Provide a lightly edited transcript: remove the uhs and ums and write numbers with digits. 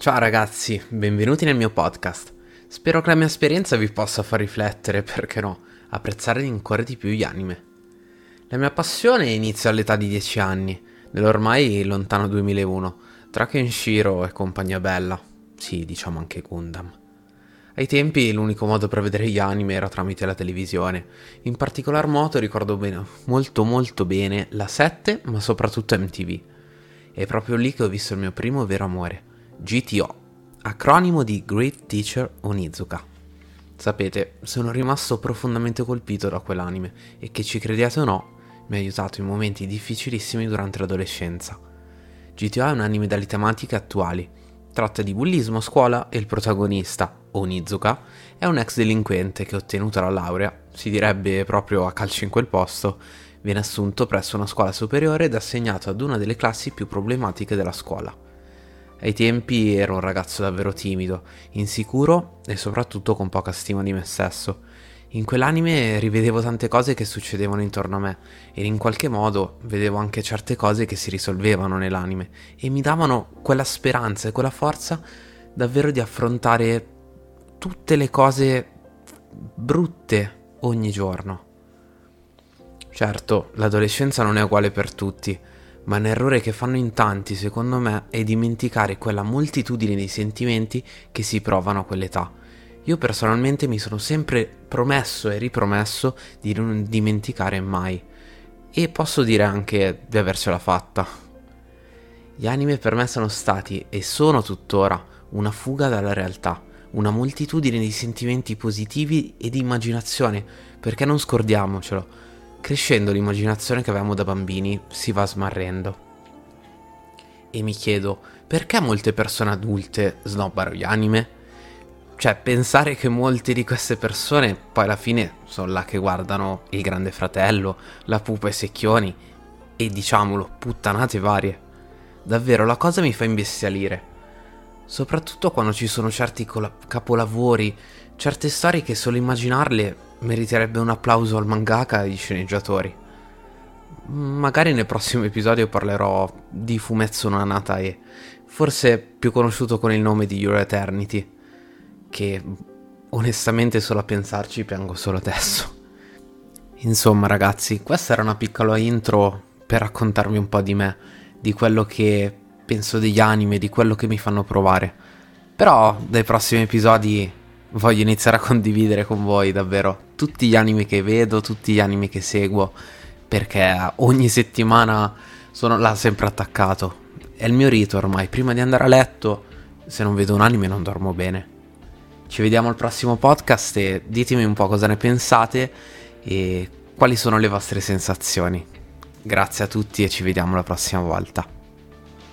Ciao ragazzi, benvenuti nel mio podcast. Spero che la mia esperienza vi possa far riflettere, perché no, apprezzare ancora di più gli anime. La mia passione inizia all'età di 10 anni, nell'ormai lontano 2001, tra Kenshiro e compagnia bella, sì, diciamo anche Gundam. Ai tempi l'unico modo per vedere gli anime era tramite la televisione, in particolar modo ricordo bene, molto bene la 7, ma soprattutto MTV. È proprio lì che ho visto il mio primo vero amore, GTO, acronimo di Great Teacher Onizuka. Sapete, sono rimasto profondamente colpito da quell'anime e che ci crediate o no, mi ha aiutato in momenti difficilissimi durante l'adolescenza. GTO è un anime dalle tematiche attuali, tratta di bullismo a scuola e il protagonista, Onizuka, è un ex delinquente che ottenuta la laurea, si direbbe proprio a calci in quel posto, viene assunto presso una scuola superiore ed assegnato ad una delle classi più problematiche della scuola. Ai tempi ero un ragazzo davvero timido, insicuro e soprattutto con poca stima di me stesso. In quell'anime rivedevo tante cose che succedevano intorno a me e in qualche modo vedevo anche certe cose che si risolvevano nell'anime e mi davano quella speranza e quella forza davvero di affrontare tutte le cose brutte ogni giorno. Certo, l'adolescenza non è uguale per tutti, ma un errore che fanno in tanti, secondo me, è dimenticare quella moltitudine di sentimenti che si provano a quell'età. Io personalmente mi sono sempre promesso e ripromesso di non dimenticare mai, e posso dire anche di avercela fatta. Gli anime per me sono stati, e sono tuttora, una fuga dalla realtà, una moltitudine di sentimenti positivi e di immaginazione, perché non scordiamocelo, crescendo l'immaginazione che avevamo da bambini si va smarrendo. E mi chiedo, perché molte persone adulte snobbano gli anime? Cioè, pensare che molte di queste persone poi alla fine sono là che guardano Il Grande Fratello, La Pupa e i Secchioni e, diciamolo, puttanate varie. Davvero, la cosa mi fa imbestialire. Soprattutto quando ci sono certi capolavori, certe storie che solo immaginarle meriterebbe un applauso al mangaka e ai sceneggiatori. Magari nel prossimo episodio parlerò di Fumetsu no Hanatae, forse più conosciuto con il nome di Your Eternity, che onestamente solo a pensarci piango solo adesso. Insomma ragazzi, questa era una piccola intro per raccontarvi un po' di me, di quello che penso degli anime, di quello che mi fanno provare. Però dai prossimi episodi voglio iniziare a condividere con voi davvero tutti gli anime che vedo, tutti gli anime che seguo, perché ogni settimana sono là sempre attaccato. È il mio rito ormai, prima di andare a letto, se non vedo un anime non dormo bene. Ci vediamo al prossimo podcast e ditemi un po' cosa ne pensate e quali sono le vostre sensazioni. Grazie a tutti e ci vediamo la prossima volta.